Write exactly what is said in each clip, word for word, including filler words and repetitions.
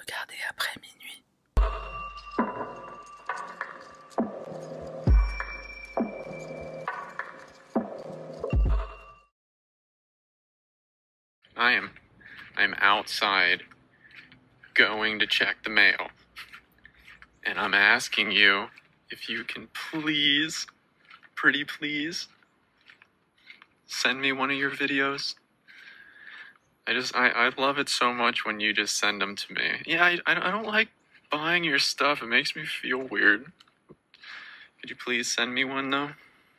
regarder après minuit. I am, I am outside going to check the mail. And I'm asking you if you can please, pretty please, send me one of your videos. I just, I, I love it so much when you just send them to me. Yeah, I, I don't like buying your stuff. It makes me feel weird. Could you please send me one though?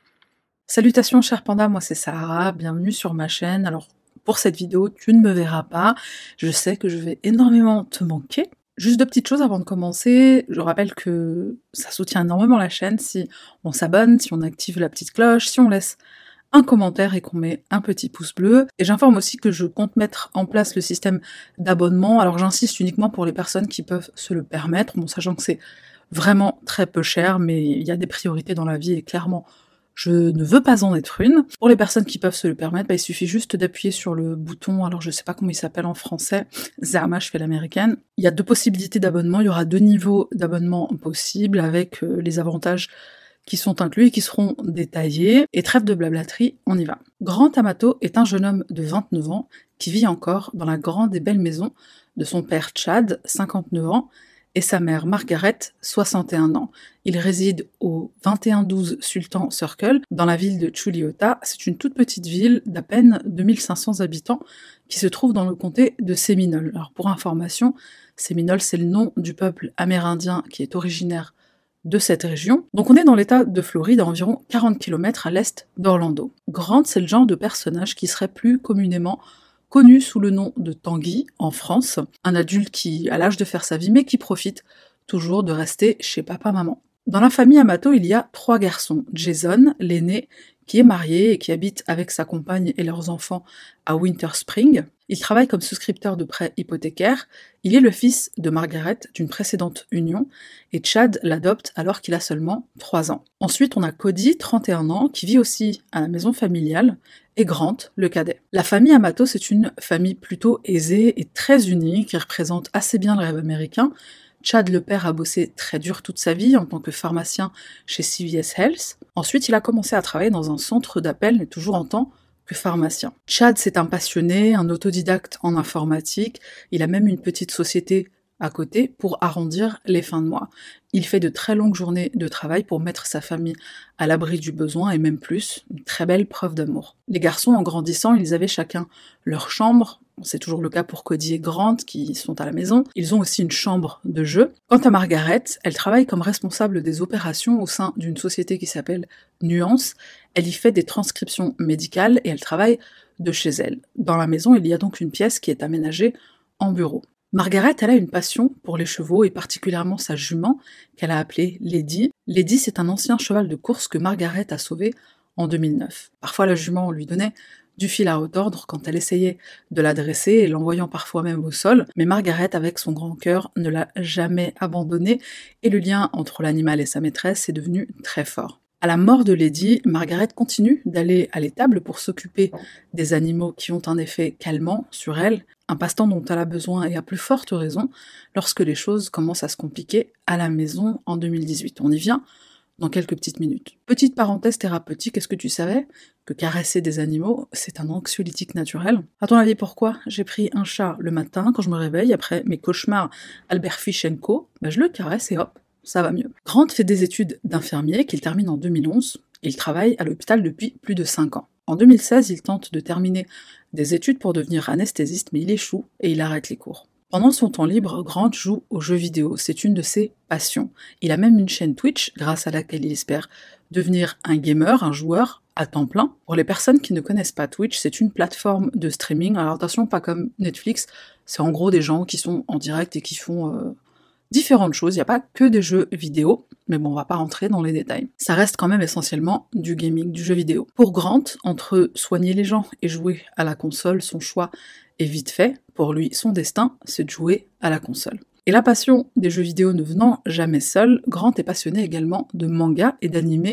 Salutations chers pandas, moi c'est Sarah, bienvenue sur ma chaîne. Alors pour cette vidéo, tu ne me verras pas. Je sais que je vais énormément te manquer. Juste deux petites choses avant de commencer. Je rappelle que ça soutient énormément la chaîne si on s'abonne, si on active la petite cloche, si on laisse un commentaire et qu'on met un petit pouce bleu. Et j'informe aussi que je compte mettre en place le système d'abonnement. Alors j'insiste uniquement pour les personnes qui peuvent se le permettre, bon, sachant que c'est vraiment très peu cher, mais il y a des priorités dans la vie et clairement je ne veux pas en être une. Pour les personnes qui peuvent se le permettre, bah, il suffit juste d'appuyer sur le bouton, alors je sais pas comment il s'appelle en français, Zama, je fais l'américaine. Il y a deux possibilités d'abonnement, il y aura deux niveaux d'abonnement possibles avec euh, les avantages qui sont inclus et qui seront détaillés. Et trêve de blablaterie, on y va. Grant Amato est un jeune homme de vingt-neuf ans qui vit encore dans la grande et belle maison de son père Chad, cinquante-neuf ans, et sa mère Margaret, soixante et un ans. Il réside au vingt et un douze Sultan Circle, dans la ville de Chuliota. C'est une toute petite ville d'à peine deux mille cinq cents habitants qui se trouve dans le comté de Séminole. Alors pour information, Séminole c'est le nom du peuple amérindien qui est originaire de cette région. Donc on est dans l'état de Floride, à environ quarante kilomètres à l'est d'Orlando. Grant, c'est le genre de personnage qui serait plus communément connu sous le nom de Tanguy en France, un adulte qui a l'âge de faire sa vie mais qui profite toujours de rester chez papa-maman. Dans la famille Amato, il y a trois garçons. Jason, l'aîné, qui est marié et qui habite avec sa compagne et leurs enfants à Winter Spring. Il travaille comme souscripteur de prêts hypothécaires. Il est le fils de Margaret d'une précédente union et Chad l'adopte alors qu'il a seulement trois ans. Ensuite, on a Cody, trente et un ans, qui vit aussi à la maison familiale, et Grant, le cadet. La famille Amato, c'est une famille plutôt aisée et très unie qui représente assez bien le rêve américain. Chad, le père, a bossé très dur toute sa vie en tant que pharmacien chez C V S Health. Ensuite, il a commencé à travailler dans un centre d'appel, mais toujours en tant que pharmacien. Chad, c'est un passionné, un autodidacte en informatique. Il a même une petite société à côté pour arrondir les fins de mois. Il fait de très longues journées de travail pour mettre sa famille à l'abri du besoin et même plus, une très belle preuve d'amour. Les garçons, en grandissant, ils avaient chacun leur chambre. C'est toujours le cas pour Cody et Grant qui sont à la maison. Ils ont aussi une chambre de jeu. Quant à Margaret, elle travaille comme responsable des opérations au sein d'une société qui s'appelle Nuance. Elle y fait des transcriptions médicales et elle travaille de chez elle. Dans la maison, il y a donc une pièce qui est aménagée en bureau. Margaret, elle a une passion pour les chevaux et particulièrement sa jument qu'elle a appelée Lady. Lady, c'est un ancien cheval de course que Margaret a sauvé en deux mille neuf. Parfois, la jument lui donnait du fil à retordre quand elle essayait de la dresser et l'envoyant parfois même au sol, mais Margaret, avec son grand cœur, ne l'a jamais abandonnée et le lien entre l'animal et sa maîtresse est devenu très fort. À la mort de Lady, Margaret continue d'aller à l'étable pour s'occuper des animaux qui ont un effet calmant sur elle, un passe-temps dont elle a besoin et à plus forte raison lorsque les choses commencent à se compliquer à la maison en deux mille dix-huit. On y vient dans quelques petites minutes. Petite parenthèse thérapeutique, est-ce que tu savais que caresser des animaux, c'est un anxiolytique naturel? À ton avis, pourquoi j'ai pris un chat le matin quand je me réveille après mes cauchemars Albert Fish and Co? Ben, je le caresse et hop, ça va mieux. Grant fait des études d'infirmier qu'il termine en deux mille onze. Il travaille à l'hôpital depuis plus de cinq ans. En deux mille seize, il tente de terminer des études pour devenir anesthésiste, mais il échoue et il arrête les cours. Pendant son temps libre, Grant joue aux jeux vidéo, c'est une de ses passions. Il a même une chaîne Twitch, grâce à laquelle il espère devenir un gamer, un joueur à temps plein. Pour les personnes qui ne connaissent pas Twitch, c'est une plateforme de streaming, alors attention, pas comme Netflix, c'est en gros des gens qui sont en direct et qui font euh, différentes choses, il n'y a pas que des jeux vidéo, mais bon, on va pas rentrer dans les détails. Ça reste quand même essentiellement du gaming, du jeu vidéo. Pour Grant, entre soigner les gens et jouer à la console, son choix est vite fait. Pour lui, son destin, c'est de jouer à la console. Et la passion des jeux vidéo ne venant jamais seule, Grant est passionné également de manga et d'anime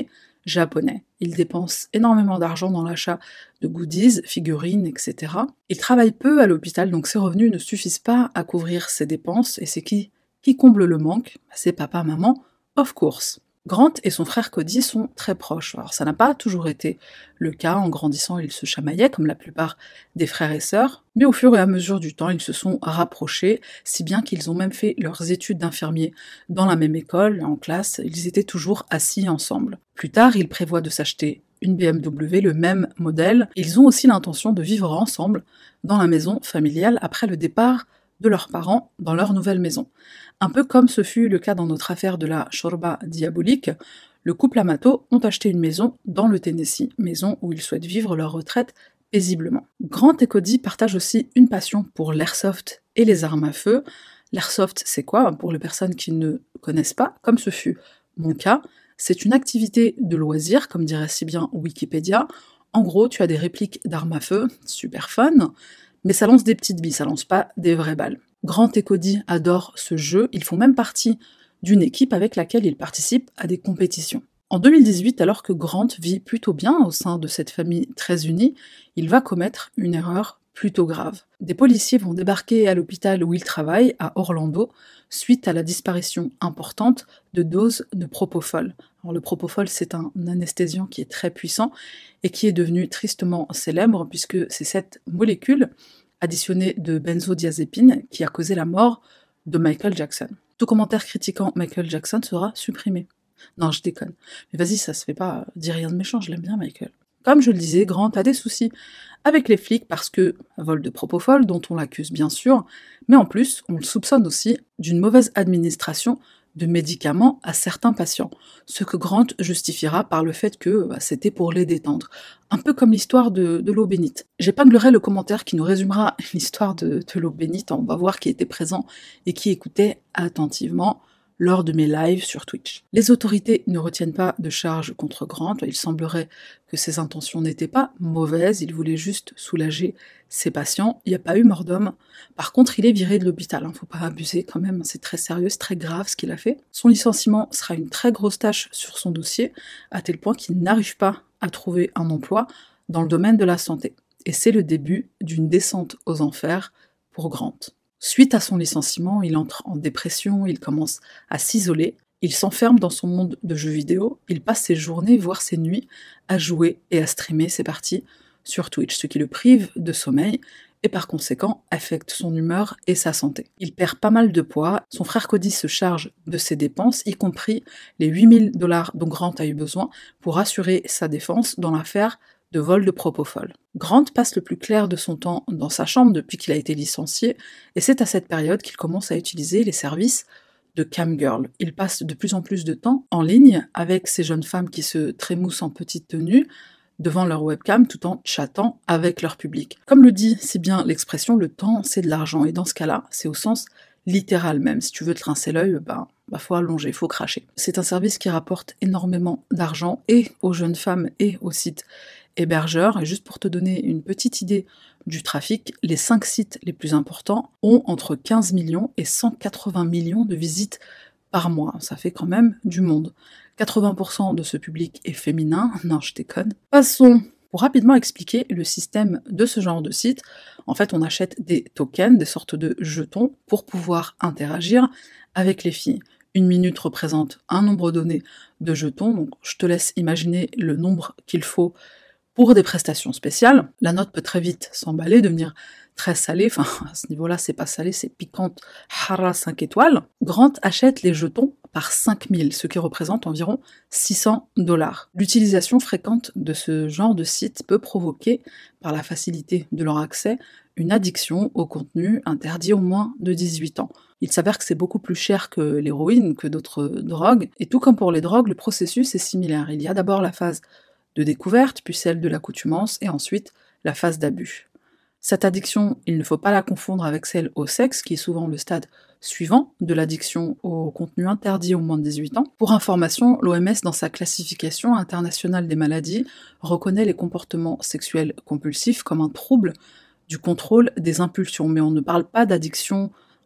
japonais. Il dépense énormément d'argent dans l'achat de goodies, figurines, et cetera. Il travaille peu à l'hôpital, donc ses revenus ne suffisent pas à couvrir ses dépenses, et c'est qui qui comble le manque? C'est papa, maman, of course. Grant et son frère Cody sont très proches. Alors ça n'a pas toujours été le cas, en grandissant ils se chamaillaient comme la plupart des frères et sœurs, mais au fur et à mesure du temps ils se sont rapprochés, si bien qu'ils ont même fait leurs études d'infirmiers dans la même école, en classe, ils étaient toujours assis ensemble. Plus tard, ils prévoient de s'acheter une B M W, le même modèle. Ils ont aussi l'intention de vivre ensemble dans la maison familiale après le départ de leurs parents dans leur nouvelle maison. Un peu comme ce fut le cas dans notre affaire de la Shorba diabolique, le couple Amato ont acheté une maison dans le Tennessee, maison où ils souhaitent vivre leur retraite paisiblement. Grant et Cody partagent aussi une passion pour l'airsoft et les armes à feu. L'airsoft, c'est quoi? Pour les personnes qui ne connaissent pas, comme ce fut mon cas, c'est une activité de loisir, comme dirait si bien Wikipédia. En gros, tu as des répliques d'armes à feu, super fun, mais ça lance des petites billes, ça lance pas des vraies balles. Grant et Cody adorent ce jeu, ils font même partie d'une équipe avec laquelle ils participent à des compétitions. En deux mille dix-huit, alors que Grant vit plutôt bien au sein de cette famille très unie, il va commettre une erreur plutôt grave. Des policiers vont débarquer à l'hôpital où il travaille, à Orlando, suite à la disparition importante de doses de propofol. Alors, le propofol, c'est un anesthésiant qui est très puissant et qui est devenu tristement célèbre puisque c'est cette molécule additionnée de benzodiazépine qui a causé la mort de Michael Jackson. Tout commentaire critiquant Michael Jackson sera supprimé. Non, je déconne. Mais vas-y, ça se fait pas, dis rien de méchant, je l'aime bien Michael. Comme je le disais, Grant a des soucis avec les flics parce que, vol de propofol, dont on l'accuse bien sûr, mais en plus, on le soupçonne aussi d'une mauvaise administration de médicaments à certains patients, ce que Grant justifiera par le fait que bah, c'était pour les détendre. Un peu comme l'histoire de, de l'eau bénite. J'épinglerai le commentaire qui nous résumera l'histoire de, de l'eau bénite, on va voir qui était présent et qui écoutait attentivement lors de mes lives sur Twitch. Les autorités ne retiennent pas de charge contre Grant, il semblerait que ses intentions n'étaient pas mauvaises, il voulait juste soulager ses patients, il n'y a pas eu mort d'homme. Par contre, il est viré de l'hôpital, hein, faut pas abuser quand même, c'est très sérieux, c'est très grave ce qu'il a fait. Son licenciement sera une très grosse tâche sur son dossier, à tel point qu'il n'arrive pas à trouver un emploi dans le domaine de la santé. Et c'est le début d'une descente aux enfers pour Grant. Suite à son licenciement, il entre en dépression, il commence à s'isoler, il s'enferme dans son monde de jeux vidéo, il passe ses journées, voire ses nuits, à jouer et à streamer ses parties sur Twitch, ce qui le prive de sommeil et par conséquent affecte son humeur et sa santé. Il perd pas mal de poids, son frère Cody se charge de ses dépenses, y compris les huit mille dollars dont Grant a eu besoin pour assurer sa défense dans l'affaire de vol de propofol. Grant passe le plus clair de son temps dans sa chambre depuis qu'il a été licencié, et c'est à cette période qu'il commence à utiliser les services de camgirl. Il passe de plus en plus de temps en ligne avec ces jeunes femmes qui se trémoussent en petite tenue devant leur webcam tout en chattant avec leur public. Comme le dit si bien l'expression, le temps c'est de l'argent, et dans ce cas-là, c'est au sens littéral même. Si tu veux te rincer l'œil, ben, bah faut allonger, faut cracher. C'est un service qui rapporte énormément d'argent et aux jeunes femmes et aux sites hébergeurs, et juste pour te donner une petite idée du trafic, les cinq sites les plus importants ont entre quinze millions et cent quatre-vingts millions de visites par mois. Ça fait quand même du monde. quatre-vingts pour cent de ce public est féminin. Non, je déconne. Passons. Pour rapidement expliquer le système de ce genre de site, en fait, on achète des tokens, des sortes de jetons, pour pouvoir interagir avec les filles. Une minute représente un nombre donné de jetons, donc je te laisse imaginer le nombre qu'il faut pour des prestations spéciales. La note peut très vite s'emballer, devenir très salée, enfin à ce niveau-là c'est pas salé, c'est piquante, hara cinq étoiles. Grant achète les jetons par cinq mille, ce qui représente environ six cents dollars. L'utilisation fréquente de ce genre de site peut provoquer, par la facilité de leur accès, une addiction au contenu interdit au moins de dix-huit ans. Il s'avère que c'est beaucoup plus cher que l'héroïne, que d'autres drogues, et tout comme pour les drogues, le processus est similaire. Il y a d'abord la phase de découverte, puis celle de l'accoutumance, et ensuite la phase d'abus. Cette addiction, il ne faut pas la confondre avec celle au sexe, qui est souvent le stade suivant de l'addiction au contenu interdit aux moins de dix-huit ans. Pour information, l'O M S, dans sa classification internationale des maladies, reconnaît les comportements sexuels compulsifs comme un trouble du contrôle des impulsions, mais on ne parle pas d'addiction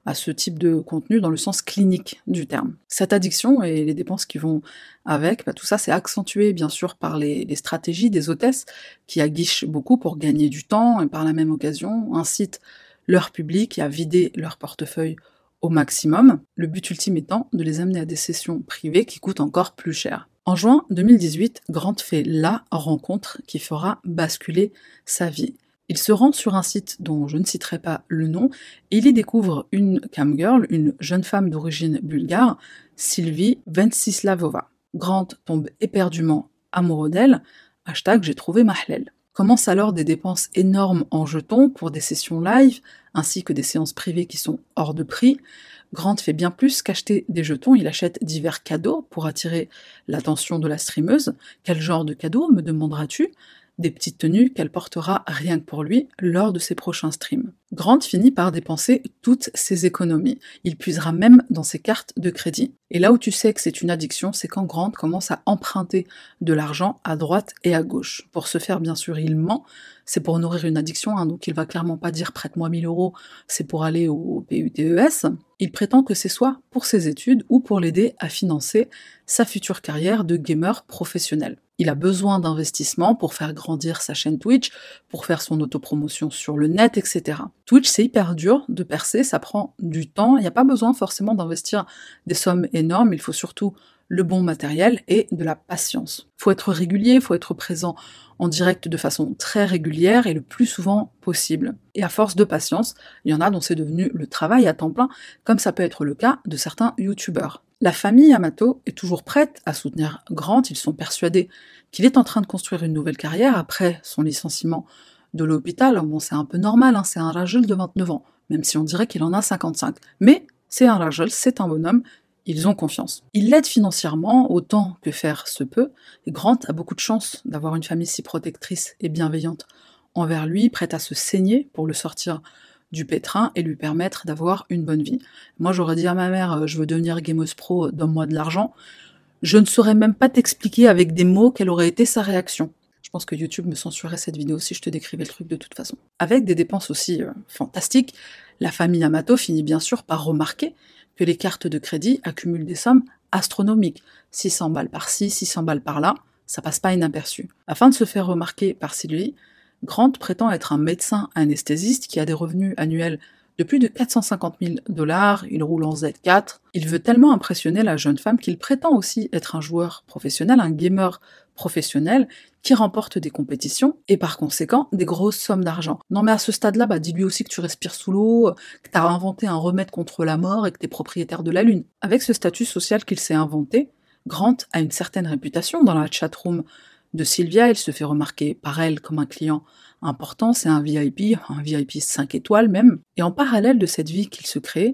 à ce type de contenu dans le sens clinique du terme. Cette addiction et les dépenses qui vont avec, bah, tout ça c'est accentué bien sûr par les, les stratégies des hôtesses qui aguichent beaucoup pour gagner du temps et par la même occasion incitent leur public à vider leur portefeuille au maximum, le but ultime étant de les amener à des sessions privées qui coûtent encore plus cher. En juin deux mille dix-huit, Grant fait la rencontre qui fera basculer sa vie. Il se rend sur un site dont je ne citerai pas le nom, et il y découvre une camgirl, une jeune femme d'origine bulgare, Sylvie Venceslavova. Grant tombe éperdument amoureux d'elle, hashtag j'ai trouvé ma halal. Commencent alors des dépenses énormes en jetons pour des sessions live, ainsi que des séances privées qui sont hors de prix. Grant fait bien plus qu'acheter des jetons, il achète divers cadeaux pour attirer l'attention de la streameuse. Quel genre de cadeaux, me demanderas-tu ? Des petites tenues qu'elle portera rien que pour lui lors de ses prochains streams. Grant finit par dépenser toutes ses économies. Il puisera même dans ses cartes de crédit. Et là où tu sais que c'est une addiction, c'est quand Grant commence à emprunter de l'argent à droite et à gauche. Pour ce faire, bien sûr, il ment. C'est pour nourrir une addiction, hein, donc il va clairement pas dire « prête-moi mille euros, c'est pour aller au P U T E S ». Il prétend que c'est soit pour ses études ou pour l'aider à financer sa future carrière de gamer professionnel. Il a besoin d'investissement pour faire grandir sa chaîne Twitch, pour faire son autopromotion sur le net, et cetera. Twitch, c'est hyper dur de percer, ça prend du temps, il n'y a pas besoin forcément d'investir des sommes énormes, il faut surtout le bon matériel et de la patience. Il faut être régulier, il faut être présent en direct de façon très régulière et le plus souvent possible. Et à force de patience, il y en a dont c'est devenu le travail à temps plein, comme ça peut être le cas de certains youtubeurs. La famille Amato est toujours prête à soutenir Grant, ils sont persuadés qu'il est en train de construire une nouvelle carrière après son licenciement de l'hôpital. Bon, c'est un peu normal, hein, c'est un rajeul de vingt-neuf ans, même si on dirait qu'il en a cinquante-cinq. Mais c'est un rajeul, c'est un bonhomme, ils ont confiance. Il l'aide financièrement autant que faire se peut, et Grant a beaucoup de chance d'avoir une famille si protectrice et bienveillante envers lui, prête à se saigner pour le sortir du pétrin et lui permettre d'avoir une bonne vie. Moi j'aurais dit à ma mère, je veux devenir gameuse pro, donne-moi de l'argent. Je ne saurais même pas t'expliquer avec des mots quelle aurait été sa réaction. Je pense que YouTube me censurerait cette vidéo si je te décrivais le truc de toute façon. Avec des dépenses aussi euh, fantastiques, la famille Amato finit bien sûr par remarquer que les cartes de crédit accumulent des sommes astronomiques. six cents balles par-ci, six cents balles par-là, ça passe pas inaperçu. Afin de se faire remarquer par Sylvie, Grant prétend être un médecin anesthésiste qui a des revenus annuels de plus de quatre cent cinquante mille dollars, il roule en Z quatre. Il veut tellement impressionner la jeune femme qu'il prétend aussi être un joueur professionnel, un gamer professionnel, qui remporte des compétitions et par conséquent des grosses sommes d'argent. Non mais à ce stade-là, bah dis-lui aussi que tu respires sous l'eau, que t'as inventé un remède contre la mort et que t'es propriétaire de la Lune. Avec ce statut social qu'il s'est inventé, Grant a une certaine réputation dans la chatroom de Sylvia, il se fait remarquer par elle comme un client important, c'est un V I P, un V I P cinq étoiles même. Et en parallèle de cette vie qu'il se crée,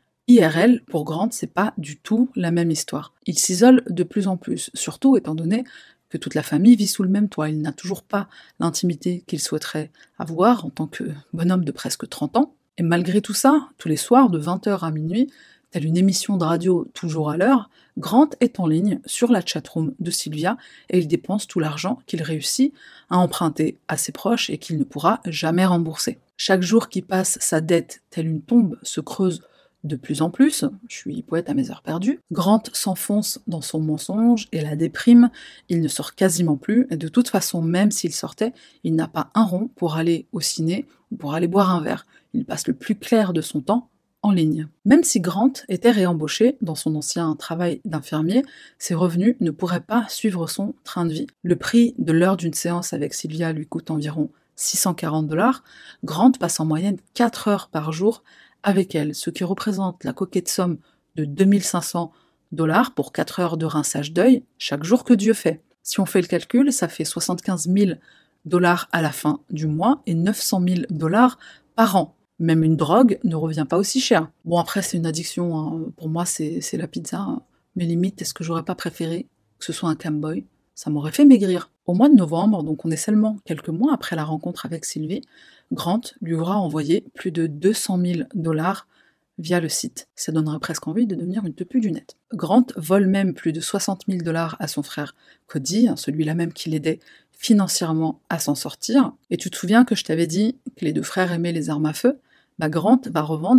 I R L, pour Grant, c'est pas du tout la même histoire. Il s'isole de plus en plus, surtout étant donné que toute la famille vit sous le même toit. Il n'a toujours pas l'intimité qu'il souhaiterait avoir en tant que bonhomme de presque trente ans. Et malgré tout ça, tous les soirs de vingt heures à minuit, telle une émission de radio toujours à l'heure, Grant est en ligne sur la chatroom de Sylvia et il dépense tout l'argent qu'il réussit à emprunter à ses proches et qu'il ne pourra jamais rembourser. Chaque jour qui passe, sa dette, telle une tombe, se creuse de plus en plus. Je suis poète à mes heures perdues. Grant s'enfonce dans son mensonge et la déprime, il ne sort quasiment plus, et de toute façon, même s'il sortait, il n'a pas un rond pour aller au ciné ou pour aller boire un verre. Il passe le plus clair de son temps en ligne. Même si Grant était réembauché dans son ancien travail d'infirmier, ses revenus ne pourraient pas suivre son train de vie. Le prix de l'heure d'une séance avec Sylvia lui coûte environ six cent quarante dollars. Grant passe en moyenne quatre heures par jour avec elle, ce qui représente la coquette somme de deux mille cinq cents dollars pour quatre heures de rinçage d'œil chaque jour que Dieu fait. Si on fait le calcul, ça fait soixante-quinze mille dollars à la fin du mois et neuf cent mille dollars par an. Même une drogue ne revient pas aussi cher. Bon, après, c'est une addiction, hein. Pour moi, c'est, c'est la pizza. Hein. Mais limite, est-ce que j'aurais pas préféré que ce soit un camboy ? Ça m'aurait fait maigrir. Au mois de novembre, donc on est seulement quelques mois après la rencontre avec Sylvie, Grant lui aura envoyé plus de deux cent mille dollars via le site. Ça donnerait presque envie de devenir une tepu du net. Grant vole même plus de soixante mille dollars à son frère Cody, celui-là même qui l'aidait financièrement à s'en sortir. Et tu te souviens que je t'avais dit que les deux frères aimaient les armes à feu ? Bah Grant va revendre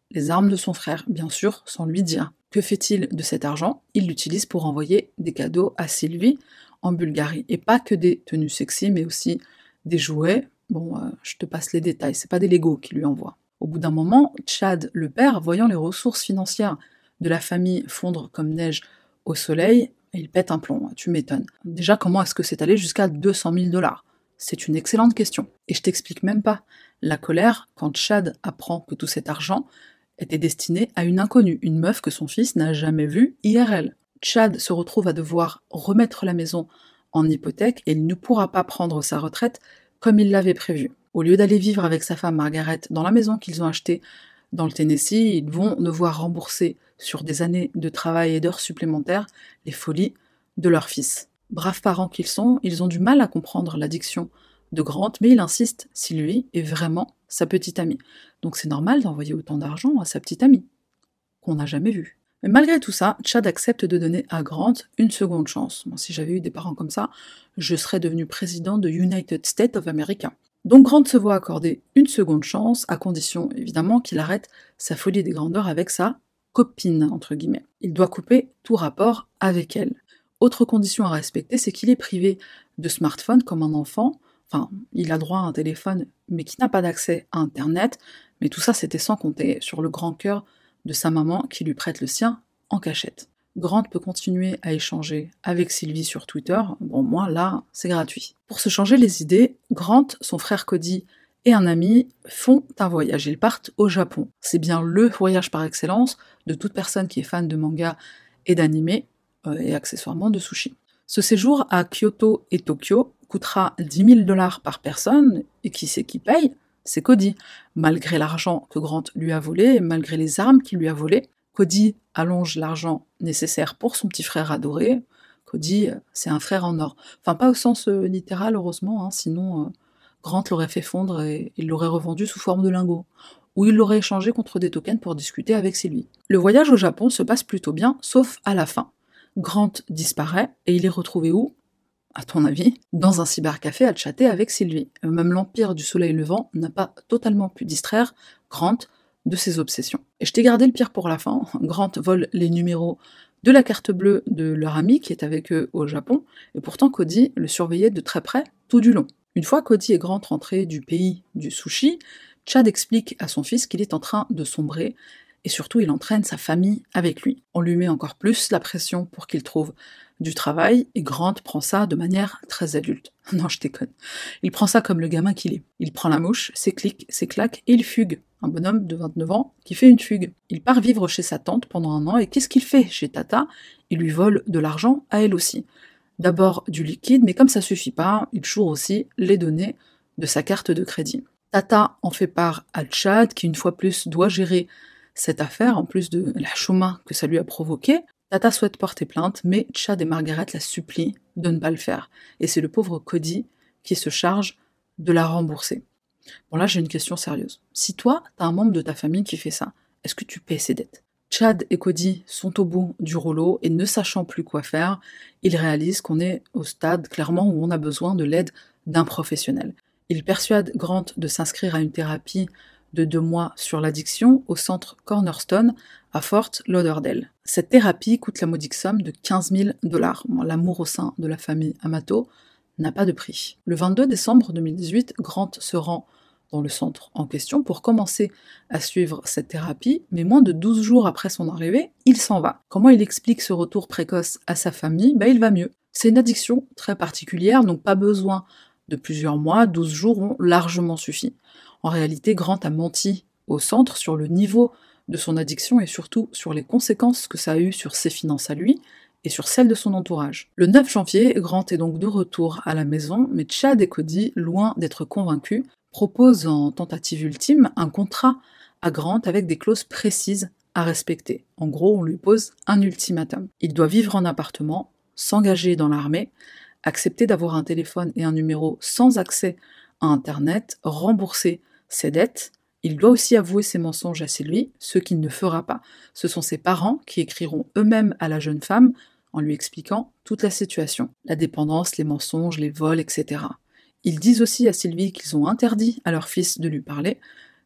les armes de son frère, bien sûr, sans lui dire. Que fait-il de cet argent? Il l'utilise pour envoyer des cadeaux à Sylvie en Bulgarie. Et pas que des tenues sexy, mais aussi des jouets. Bon, euh, je te passe les détails, c'est pas des Legos qu'il lui envoie. Au bout d'un moment, Chad, le père, voyant les ressources financières de la famille fondre comme neige au soleil, il pète un plomb, tu m'étonnes. Déjà, comment est-ce que c'est allé jusqu'à deux cent mille dollars? C'est une excellente question. Et je t'explique même pas la colère quand Chad apprend que tout cet argent était destiné à une inconnue, une meuf que son fils n'a jamais vue I R L. Chad se retrouve à devoir remettre la maison en hypothèque et il ne pourra pas prendre sa retraite comme il l'avait prévu. Au lieu d'aller vivre avec sa femme Margaret dans la maison qu'ils ont achetée dans le Tennessee, ils vont devoir rembourser sur des années de travail et d'heures supplémentaires les folies de leur fils. Braves parents qu'ils sont, ils ont du mal à comprendre l'addiction de Grant, mais il insiste si lui est vraiment sa petite amie. Donc c'est normal d'envoyer autant d'argent à sa petite amie, qu'on n'a jamais vue. Mais malgré tout ça, Chad accepte de donner à Grant une seconde chance. Bon, si j'avais eu des parents comme ça, je serais devenu président de United States of America. Donc Grant se voit accorder une seconde chance, à condition évidemment qu'il arrête sa folie des grandeurs avec sa copine, entre guillemets. Il doit couper tout rapport avec elle. Autre condition à respecter, c'est qu'il est privé de smartphone comme un enfant. Enfin, il a droit à un téléphone, mais qui n'a pas d'accès à Internet. Mais tout ça, c'était sans compter sur le grand cœur de sa maman qui lui prête le sien en cachette. Grant peut continuer à échanger avec Sylvie sur Twitter. Bon, moi, là, c'est gratuit. Pour se changer les idées, Grant, son frère Cody et un ami font un voyage. Ils partent au Japon. C'est bien le voyage par excellence de toute personne qui est fan de manga et d'anime, euh, et accessoirement de sushi. Ce séjour à Kyoto et Tokyo coûtera dix mille dollars par personne, et qui c'est qui paye? C'est Cody. Malgré l'argent que Grant lui a volé, malgré les armes qu'il lui a volées, Cody allonge l'argent nécessaire pour son petit frère adoré. Cody, c'est un frère en or. Enfin, pas au sens euh, littéral, heureusement, hein, sinon euh, Grant l'aurait fait fondre et il l'aurait revendu sous forme de lingots. Ou il l'aurait échangé contre des tokens pour discuter avec Sylvie. Le voyage au Japon se passe plutôt bien, sauf à la fin. Grant disparaît et il est retrouvé où? À ton avis? Dans un cybercafé à chatter avec Sylvie. Même l'Empire du Soleil Levant n'a pas totalement pu distraire Grant de ses obsessions. Et je t'ai gardé le pire pour la fin. Grant vole les numéros de la carte bleue de leur ami qui est avec eux au Japon, et pourtant Cody le surveillait de très près tout du long. Une fois Cody et Grant rentrés du pays du sushi, Chad explique à son fils qu'il est en train de sombrer, et surtout il entraîne sa famille avec lui. On lui met encore plus la pression pour qu'il trouve du travail, et Grant prend ça de manière très adulte. Non, je déconne. Il prend ça comme le gamin qu'il est. Il prend la mouche, ses clics, ses claques, et il fugue. Un bonhomme de vingt-neuf ans qui fait une fugue. Il part vivre chez sa tante pendant un an, et qu'est-ce qu'il fait chez Tata? Il lui vole de l'argent à elle aussi. D'abord du liquide, mais comme ça suffit pas, il choure aussi les données de sa carte de crédit. Tata en fait part à Chad, qui une fois plus doit gérer cette affaire, en plus de la chôma que ça lui a provoqué. Tata souhaite porter plainte, mais Chad et Margaret la supplient de ne pas le faire. Et c'est le pauvre Cody qui se charge de la rembourser. Bon là j'ai une question sérieuse. Si toi, t'as un membre de ta famille qui fait ça, est-ce que tu paies ses dettes? Chad et Cody sont au bout du rouleau et ne sachant plus quoi faire, ils réalisent qu'on est au stade clairement où on a besoin de l'aide d'un professionnel. Ils persuadent Grant de s'inscrire à une thérapie de deux mois sur l'addiction au centre Cornerstone à Fort Lauderdale. Cette thérapie coûte la modique somme de quinze mille dollars. Bon, l'amour au sein de la famille Amato n'a pas de prix. Le vingt-deux décembre deux mille dix-huit, Grant se rend dans le centre en question pour commencer à suivre cette thérapie, mais moins de douze jours après son arrivée, il s'en va. Comment il explique ce retour précoce à sa famille? Ben, il va mieux. C'est une addiction très particulière, donc pas besoin de plusieurs mois, douze jours ont largement suffi. En réalité, Grant a menti au centre sur le niveau de son addiction et surtout sur les conséquences que ça a eu sur ses finances à lui et sur celles de son entourage. Le neuf janvier, Grant est donc de retour à la maison, mais Chad et Cody, loin d'être convaincus, proposent en tentative ultime un contrat à Grant avec des clauses précises à respecter. En gros, on lui pose un ultimatum. Il doit vivre en appartement, s'engager dans l'armée, accepter d'avoir un téléphone et un numéro sans accès à Internet, rembourser ses dettes. Il doit aussi avouer ses mensonges à Sylvie, ce qu'il ne fera pas. Ce sont ses parents qui écriront eux-mêmes à la jeune femme en lui expliquant toute la situation, la dépendance, les mensonges, les vols, et cetera. Ils disent aussi à Sylvie qu'ils ont interdit à leur fils de lui parler,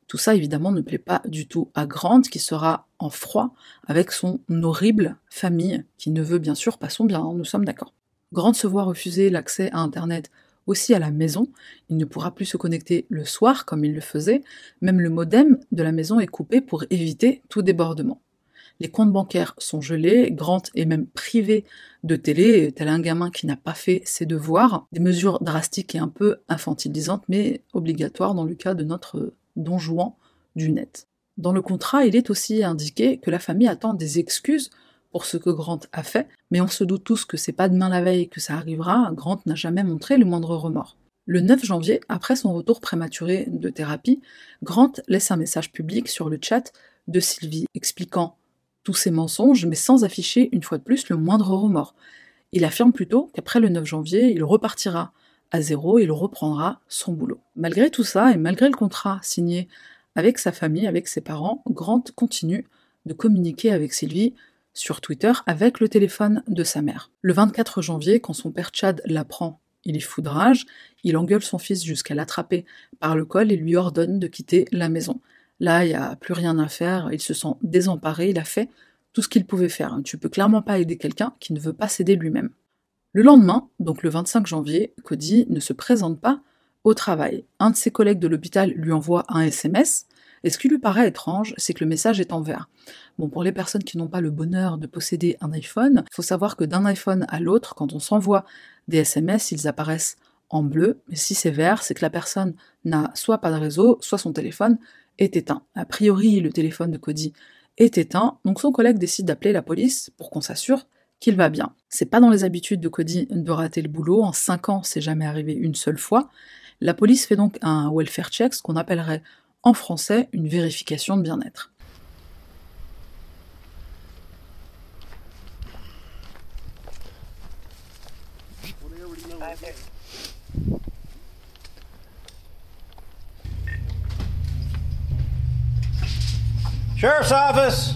Tout ça, évidemment, ne plaît pas du tout à Grant, qui sera en froid avec son horrible famille, qui ne veut bien sûr pas son bien, hein, nous sommes d'accord. Grant se voit refuser l'accès à Internet aussi à la maison, il ne pourra plus se connecter le soir comme il le faisait, même le modem de la maison est coupé pour éviter tout débordement. Les comptes bancaires sont gelés, Grant est même privé de télé, tel un gamin qui n'a pas fait ses devoirs, des mesures drastiques et un peu infantilisantes, mais obligatoires dans le cas de notre Don Juan du net. Dans le contrat, il est aussi indiqué que la famille attend des excuses pour ce que Grant a fait, mais on se doute tous que c'est pas demain la veille que ça arrivera, Grant n'a jamais montré le moindre remords. Le neuf janvier, après son retour prématuré de thérapie, Grant laisse un message public sur le chat de Sylvie expliquant tous ses mensonges, mais sans afficher une fois de plus le moindre remords. Il affirme plutôt qu'après le neuf janvier, il repartira à zéro et il reprendra son boulot. Malgré tout ça, et malgré le contrat signé avec sa famille, avec ses parents, Grant continue de communiquer avec Sylvie sur Twitter avec le téléphone de sa mère. Le vingt-quatre janvier, quand son père Chad l'apprend, il est fou de rage, il engueule son fils jusqu'à l'attraper par le col et lui ordonne de quitter la maison. Là, il n'y a plus rien à faire, il se sent désemparé, il a fait tout ce qu'il pouvait faire. Tu peux clairement pas aider quelqu'un qui ne veut pas s'aider lui-même. Le lendemain, donc le vingt-cinq janvier, Cody ne se présente pas au travail. Un de ses collègues de l'hôpital lui envoie un S M S, et ce qui lui paraît étrange, c'est que le message est en vert. Bon, pour les personnes qui n'ont pas le bonheur de posséder un iPhone, il faut savoir que d'un iPhone à l'autre, quand on s'envoie des S M S, ils apparaissent en bleu, mais si c'est vert, c'est que la personne n'a soit pas de réseau, soit son téléphone est éteint. A priori, le téléphone de Cody est éteint, donc son collègue décide d'appeler la police pour qu'on s'assure qu'il va bien. C'est pas dans les habitudes de Cody de rater le boulot, en cinq ans, c'est jamais arrivé une seule fois. La police fait donc un welfare check, ce qu'on appellerait en français une vérification de bien-être. Sheriff's office!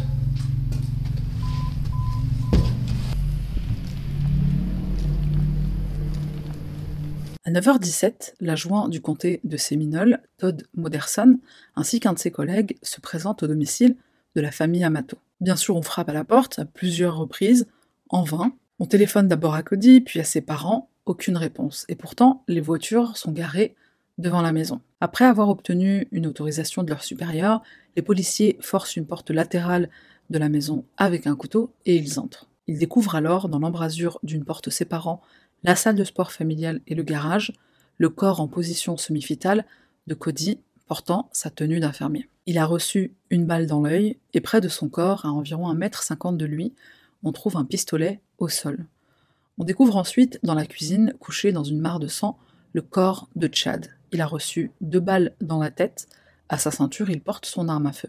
À neuf heures dix-sept, l'adjoint du comté de Séminole, Todd Moderson, ainsi qu'un de ses collègues, se présentent au domicile de la famille Amato. Bien sûr, on frappe à la porte à plusieurs reprises, en vain. On téléphone d'abord à Cody, puis à ses parents, aucune réponse. Et pourtant, les voitures sont garées devant la maison. Après avoir obtenu une autorisation de leur supérieur, les policiers forcent une porte latérale de la maison avec un couteau et ils entrent. Ils découvrent alors, dans l'embrasure d'une porte séparant la salle de sport familiale et le garage, le corps en position semi-fœtale de Cody portant sa tenue d'infirmier. Il a reçu une balle dans l'œil et près de son corps, à environ un mètre cinquante de lui, on trouve un pistolet au sol. On découvre ensuite, dans la cuisine, couché dans une mare de sang, le corps de Chad. Il a reçu deux balles dans la tête, à sa ceinture il porte son arme à feu.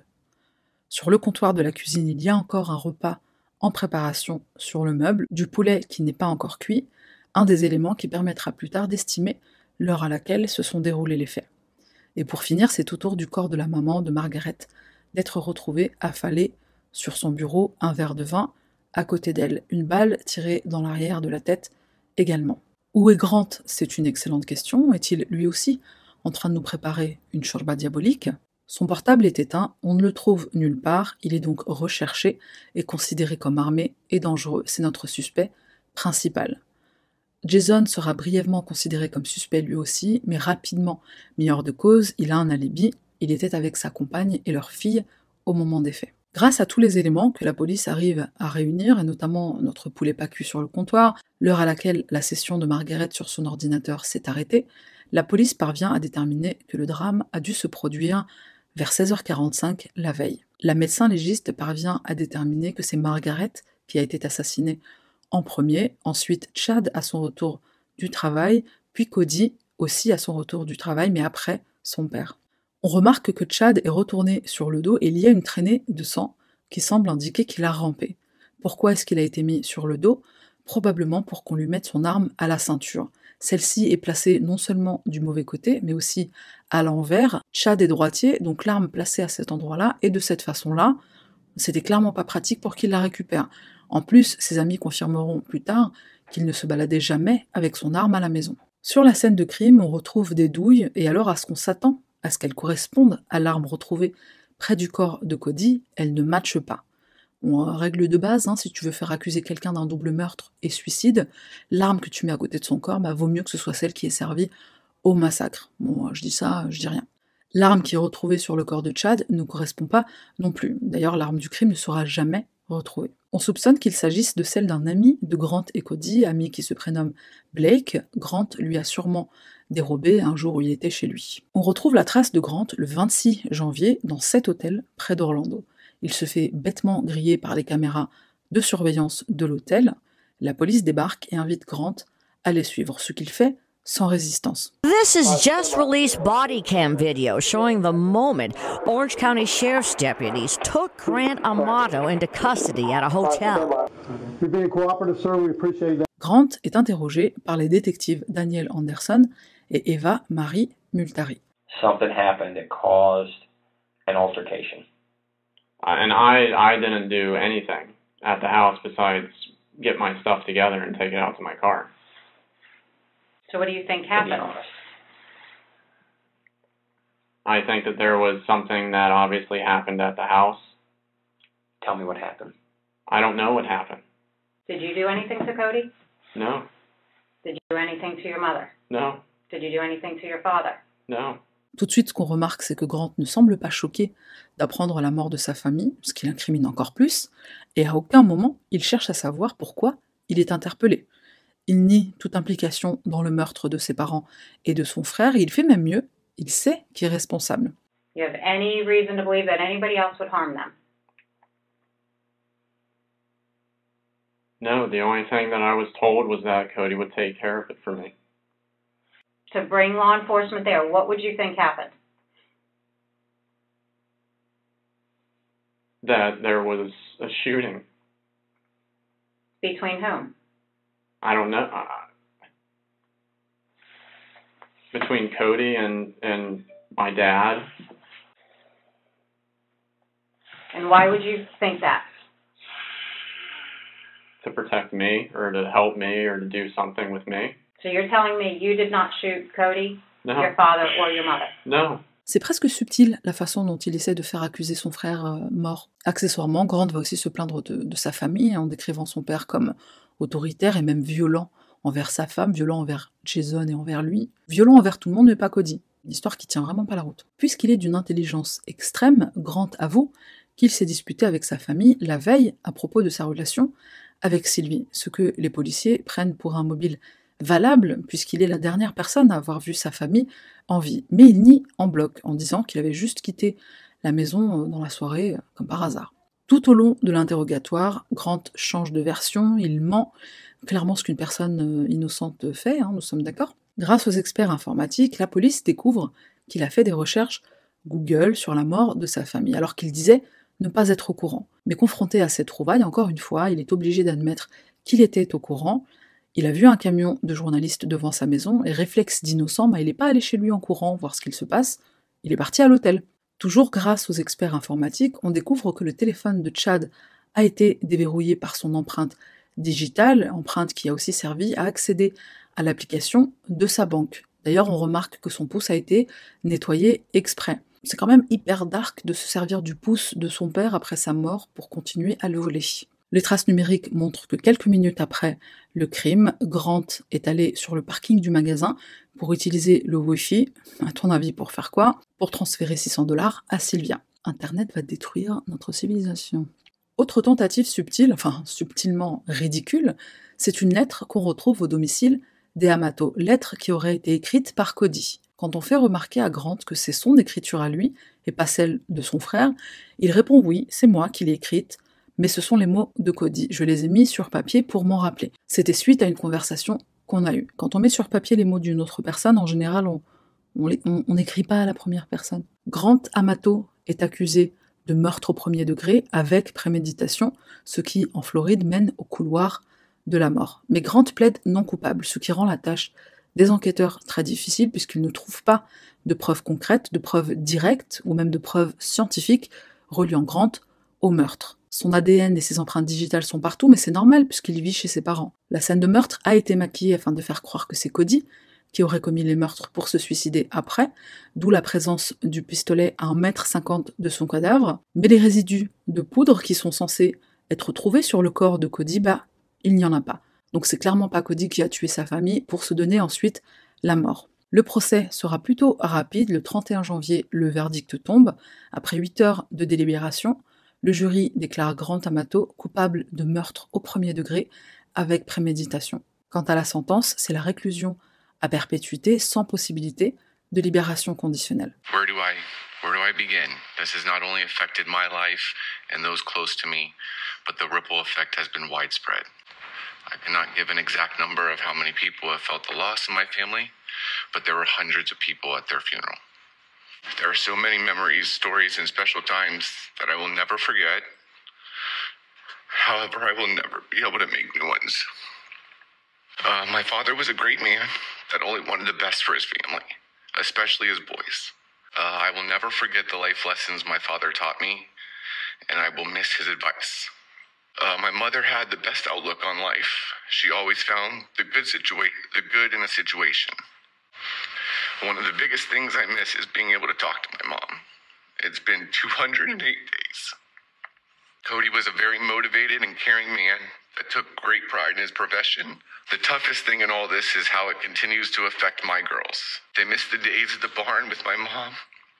Sur le comptoir de la cuisine, il y a encore un repas en préparation sur le meuble, du poulet qui n'est pas encore cuit, un des éléments qui permettra plus tard d'estimer l'heure à laquelle se sont déroulés les faits. Et pour finir, c'est au tour du corps de la maman de Margaret d'être retrouvée affalée sur son bureau, un verre de vin à côté d'elle, une balle tirée dans l'arrière de la tête également. Où est Grant? C'est une excellente question. Est-il lui aussi en train de nous préparer une shorba diabolique? Son portable est éteint, on ne le trouve nulle part, il est donc recherché et considéré comme armé et dangereux. C'est notre suspect principal. Jason sera brièvement considéré comme suspect lui aussi, mais rapidement mis hors de cause, il a un alibi, il était avec sa compagne et leur fille au moment des faits. Grâce à tous les éléments que la police arrive à réunir, et notamment notre poulet pas cuit sur le comptoir, l'heure à laquelle la session de Margaret sur son ordinateur s'est arrêtée, la police parvient à déterminer que le drame a dû se produire vers seize heures quarante-cinq la veille. La médecin légiste parvient à déterminer que c'est Margaret qui a été assassinée en premier, ensuite Chad à son retour du travail, puis Cody aussi à son retour du travail, mais après son père. On remarque que Chad est retourné sur le dos et il y a une traînée de sang qui semble indiquer qu'il a rampé. Pourquoi est-ce qu'il a été mis sur le dos? Probablement pour qu'on lui mette son arme à la ceinture. Celle-ci est placée non seulement du mauvais côté, mais aussi à l'envers. Chad est droitier, donc l'arme placée à cet endroit-là, et de cette façon-là, c'était clairement pas pratique pour qu'il la récupère. En plus, ses amis confirmeront plus tard qu'il ne se baladait jamais avec son arme à la maison. Sur la scène de crime, on retrouve des douilles, et alors à ce qu'on s'attend à ce qu'elle corresponde à l'arme retrouvée près du corps de Cody, elle ne matche pas. Bon, règle de base, hein, si tu veux faire accuser quelqu'un d'un double meurtre et suicide, l'arme que tu mets à côté de son corps, bah, vaut mieux que ce soit celle qui est servie au massacre. Bon, je dis ça, je dis rien. L'arme qui est retrouvée sur le corps de Chad ne correspond pas non plus. D'ailleurs, l'arme du crime ne sera jamais retrouvée. On soupçonne qu'il s'agisse de celle d'un ami de Grant et Cody, ami qui se prénomme Blake. Grant lui a sûrement dérobé un jour où il était chez lui. On retrouve la trace de Grant le vingt-six janvier dans cet hôtel près d'Orlando. Il se fait bêtement griller par les caméras de surveillance de l'hôtel. La police débarque et invite Grant à les suivre, ce qu'il fait sans résistance. This is just released body cam video showing the moment Orange County Sheriff's deputies took Grant Amato into custody at a hotel. You're being cooperative, sir. We appreciate that. Grant est interrogé par les détectives Daniel Anderson et Eva Marie Multari. Something happened that caused an altercation. Uh, and I, I didn't do anything at the house besides get my stuff together and take it out to my car. So what do you think To be happened? honest. I think that there was something that obviously happened at the house. Tell me what happened. I don't know what happened. Did you do anything to Cody? No, Did you do anything to your mother? no, Did you do anything to your father? no. Tout de suite, ce qu'on remarque, c'est que Grant ne semble pas choqué d'apprendre la mort de sa famille, ce qui l'incrimine encore plus, et à aucun moment, il cherche à savoir pourquoi il est interpellé. Il nie toute implication dans le meurtre de ses parents et de son frère, et il fait même mieux, il sait qui est responsable. You have any reason to believe that anybody else would harm them? No, the only thing that I was told was that Cody would take care of it for me. To bring law enforcement there, what would you think happened? That there was a shooting. Between whom? I don't know. Uh, between Cody and, and my dad. And why would you think that? To protect me or to help me or to do something with me. So you're telling me you did not shoot Cody, No, your father, or your mother? no. C'est presque subtil la façon dont il essaie de faire accuser son frère euh, mort. Accessoirement, Grant va aussi se plaindre de, de sa famille en décrivant son père comme autoritaire et même violent envers sa femme, violent envers Jason et envers lui, violent envers tout le monde mais pas Cody. Une histoire qui tient vraiment pas la route. Puisqu'il est d'une intelligence extrême, Grant avoue qu'il s'est disputé avec sa famille la veille à propos de sa relation avec Sylvie, ce que les policiers prennent pour un mobile valable, puisqu'il est la dernière personne à avoir vu sa famille en vie. Mais il nie en bloc, en disant qu'il avait juste quitté la maison dans la soirée, comme par hasard. Tout au long de l'interrogatoire, Grant change de version, il ment, clairement ce qu'une personne innocente fait, hein, nous sommes d'accord. Grâce aux experts informatiques, la police découvre qu'il a fait des recherches Google sur la mort de sa famille, alors qu'il disait ne pas être au courant. Mais confronté à cette trouvaille, encore une fois, il est obligé d'admettre qu'il était au courant. Il a vu un camion de journalistes devant sa maison, et réflexe d'innocent, bah, il n'est pas allé chez lui en courant voir ce qu'il se passe, il est parti à l'hôtel. Toujours grâce aux experts informatiques, on découvre que le téléphone de Chad a été déverrouillé par son empreinte digitale, empreinte qui a aussi servi à accéder à l'application de sa banque. D'ailleurs, on remarque que son pouce a été nettoyé exprès. C'est quand même hyper dark de se servir du pouce de son père après sa mort pour continuer à le voler. Les traces numériques montrent que quelques minutes après le crime, Grant est allé sur le parking du magasin pour utiliser le Wi-Fi. À ton avis, pour faire quoi? Pour transférer six cents dollars à Sylvia. Internet va détruire notre civilisation. Autre tentative subtile, enfin subtilement ridicule, c'est une lettre qu'on retrouve au domicile des Amato, lettre qui aurait été écrite par Cody. Quand on fait remarquer à Grant que c'est son écriture à lui, et pas celle de son frère, il répond oui, c'est moi qui l'ai écrite, mais ce sont les mots de Cody, je les ai mis sur papier pour m'en rappeler. C'était suite à une conversation qu'on a eue. Quand on met sur papier les mots d'une autre personne, en général, on n'écrit pas à la première personne. Grant Amato est accusé de meurtre au premier degré avec préméditation, ce qui, en Floride, mène au couloir de la mort. Mais Grant plaide non coupable, ce qui rend la tâche des enquêteurs très difficile puisqu'ils ne trouvent pas de preuves concrètes, de preuves directes ou même de preuves scientifiques reliant Grant au meurtre. Son A D N et ses empreintes digitales sont partout, mais c'est normal puisqu'il vit chez ses parents. La scène de meurtre a été maquillée afin de faire croire que c'est Cody qui aurait commis les meurtres pour se suicider après, d'où la présence du pistolet à un mètre cinquante de son cadavre, mais les résidus de poudre qui sont censés être trouvés sur le corps de Cody, bah, il n'y en a pas. Donc c'est clairement pas Cody qui a tué sa famille pour se donner ensuite la mort. Le procès sera plutôt rapide, le trente et un janvier, le verdict tombe. Après huit heures de délibération, le jury déclare Grant Amato coupable de meurtre au premier degré avec préméditation. Quant à la sentence, c'est la réclusion à perpétuité sans possibilité de libération conditionnelle. Where do I, where do I begin? This has not only affected my life and those close to me, but the ripple effect has been widespread. I cannot give an exact number of how many people have felt the loss in my family, but there were hundreds of people at their funeral. There are so many memories, stories, and special times that I will never forget. However, I will never be able to make new ones. Uh, my father was a great man that only wanted the best for his family, especially his boys. Uh, I will never forget the life lessons my father taught me, and I will miss his advice. Uh, my mother had the best outlook on life. She always found the good situa- the good in a situation. One of the biggest things I miss is being able to talk to my mom. It's been two hundred eight days. Cody was a very motivated and caring man that took great pride in his profession. The toughest thing in all this is how it continues to affect my girls. They miss the days at the barn with my mom,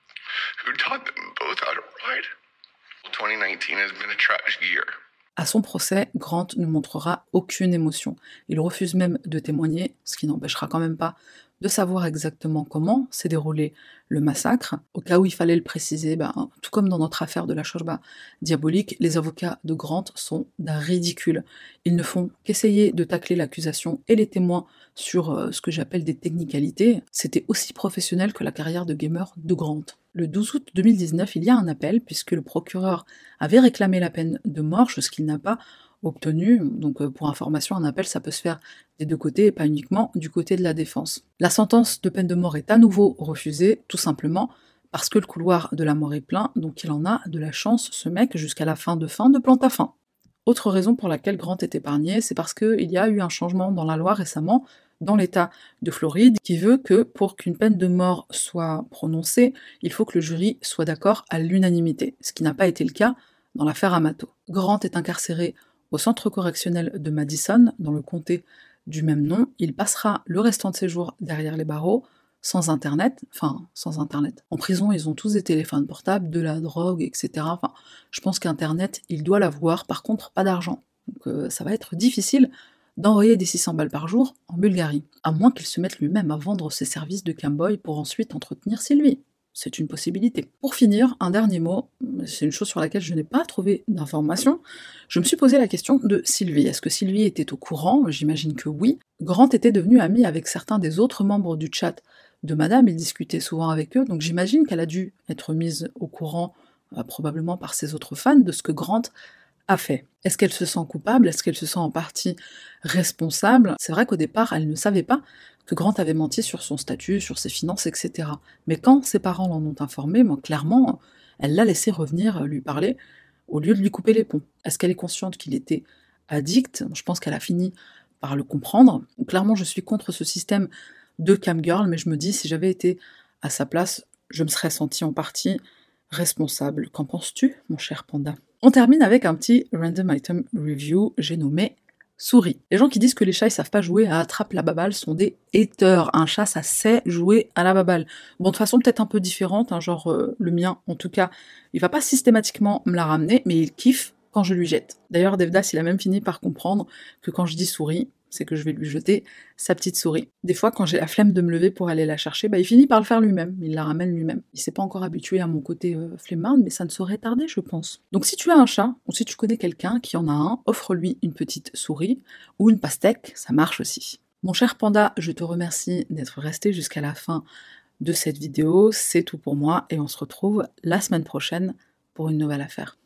who taught them both how to ride. twenty nineteen has been a tragic year. À son procès, Grant ne montrera aucune émotion. Il refuse même de témoigner, ce qui n'empêchera quand même pas de savoir exactement comment s'est déroulé le massacre. Au cas où il fallait le préciser, ben, tout comme dans notre affaire de la Shorba diabolique, les avocats de Grant sont d'un ridicule. Ils ne font qu'essayer de tacler l'accusation et les témoins sur euh, ce que j'appelle des technicalités. C'était aussi professionnel que la carrière de gamer de Grant. Le douze août deux mille dix-neuf, il y a un appel, puisque le procureur avait réclamé la peine de mort, chose qu'il n'a pas obtenue. Donc pour information, un appel, ça peut se faire des deux côtés, et pas uniquement du côté de la défense. La sentence de peine de mort est à nouveau refusée, tout simplement parce que le couloir de la mort est plein, donc il en a de la chance, ce mec, jusqu'à la fin de fin de plante à fin. Autre raison pour laquelle Grant est épargné, c'est parce qu'il y a eu un changement dans la loi récemment, dans l'État de Floride, qui veut que pour qu'une peine de mort soit prononcée, il faut que le jury soit d'accord à l'unanimité, ce qui n'a pas été le cas dans l'affaire Amato. Grant est incarcéré au centre correctionnel de Madison, dans le comté du même nom. Il passera le restant de ses jours derrière les barreaux, sans internet, enfin, sans internet. En prison, ils ont tous des téléphones portables, de la drogue, et cetera. Enfin, je pense qu'internet, il doit l'avoir, par contre, pas d'argent. Donc euh, ça va être difficile d'envoyer des six cents balles par jour en Bulgarie, à moins qu'il se mette lui-même à vendre ses services de camboy pour ensuite entretenir Sylvie. C'est une possibilité. Pour finir, un dernier mot, c'est une chose sur laquelle je n'ai pas trouvé d'informations. Je me suis posé la question de Sylvie. Est-ce que Sylvie était au courant? J'imagine que oui. Grant était devenu ami avec certains des autres membres du chat de Madame, il discutait souvent avec eux, donc j'imagine qu'elle a dû être mise au courant, euh, probablement par ses autres fans, de ce que Grant a fait. Est-ce qu'elle se sent coupable? Est-ce qu'elle se sent en partie responsable? C'est vrai qu'au départ, elle ne savait pas que Grant avait menti sur son statut, sur ses finances, et cetera. Mais quand ses parents l'en ont informé, moi, clairement, elle l'a laissé revenir lui parler, au lieu de lui couper les ponts. Est-ce qu'elle est consciente qu'il était addict? Je pense qu'elle a fini par le comprendre. Clairement, je suis contre ce système de camgirl, mais je me dis, si j'avais été à sa place, je me serais sentie en partie responsable. Qu'en penses-tu, mon cher panda? On termine avec un petit random item review, j'ai nommé souris. Les gens qui disent que les chats ils savent pas jouer à attrape la baballe sont des haters. Un chat ça sait jouer à la baballe. Bon, de façon peut-être un peu différente, hein, genre euh, le mien en tout cas, il va pas systématiquement me la ramener, mais il kiffe quand je lui jette. D'ailleurs Devdas il a même fini par comprendre que quand je dis souris, c'est que je vais lui jeter sa petite souris. Des fois, quand j'ai la flemme de me lever pour aller la chercher, bah, il finit par le faire lui-même, il la ramène lui-même. Il s'est pas encore habitué à mon côté euh, flemmarde, mais ça ne saurait tarder, je pense. Donc si tu as un chat, ou si tu connais quelqu'un qui en a un, offre-lui une petite souris, ou une pastèque, ça marche aussi. Mon cher panda, je te remercie d'être resté jusqu'à la fin de cette vidéo, c'est tout pour moi, et on se retrouve la semaine prochaine pour une nouvelle affaire.